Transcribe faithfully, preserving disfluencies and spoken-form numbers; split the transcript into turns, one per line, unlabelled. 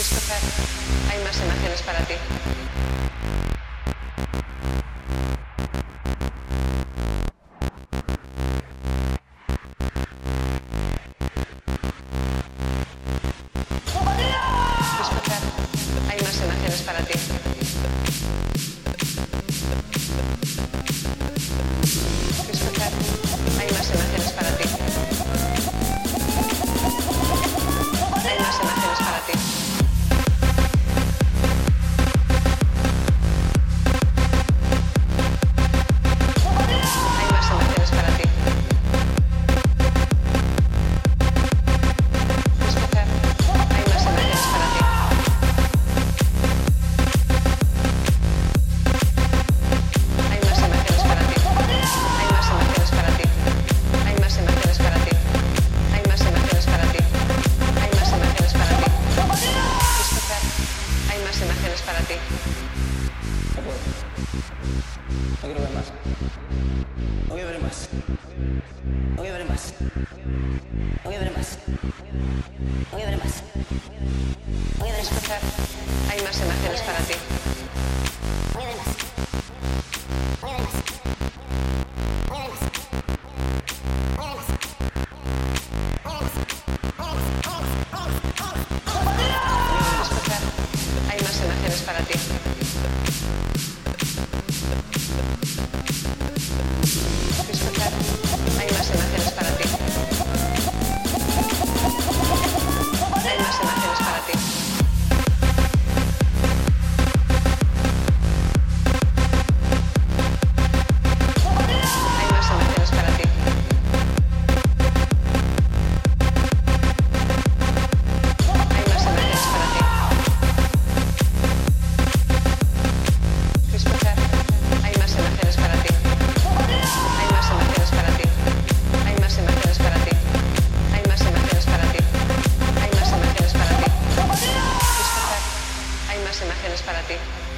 Christopher, hay más imágenes para ti. Christopher, hay más imágenes para ti. Christopher, hay más imágenes para ti. Hay más imágenes para ti. Hay más imágenes para ti. Christopher, hay más imágenes para ti. Hay más imágenes para ti. Hay más imágenes para ti. Hay más imágenes para ti. Hay más imágenes para ti. Hay más imágenes para ti. Christopher, hay más imágenes para ti.
No puedo. No quiero ver más. No voy a ver más. No voy a ver más. No voy a ver más. No voy a ver más. No voy a ver más.
Christopher, hay más imágenes para ti.
No voy a ver más. No voy a ver más. No voy a ver más. No voy a ver más.
Christopher, hay más imágenes para ti. Christopher, hay más imágenes para ti. Hay más imágenes para ti. Hay más imágenes para ti. Hay más imágenes para ti. Christopher, hay más imágenes para ti. Hay más imágenes para ti. Hay más imágenes para ti. Hay más imágenes para ti. Hay más imágenes para ti. Christopher, hay más imágenes para ti.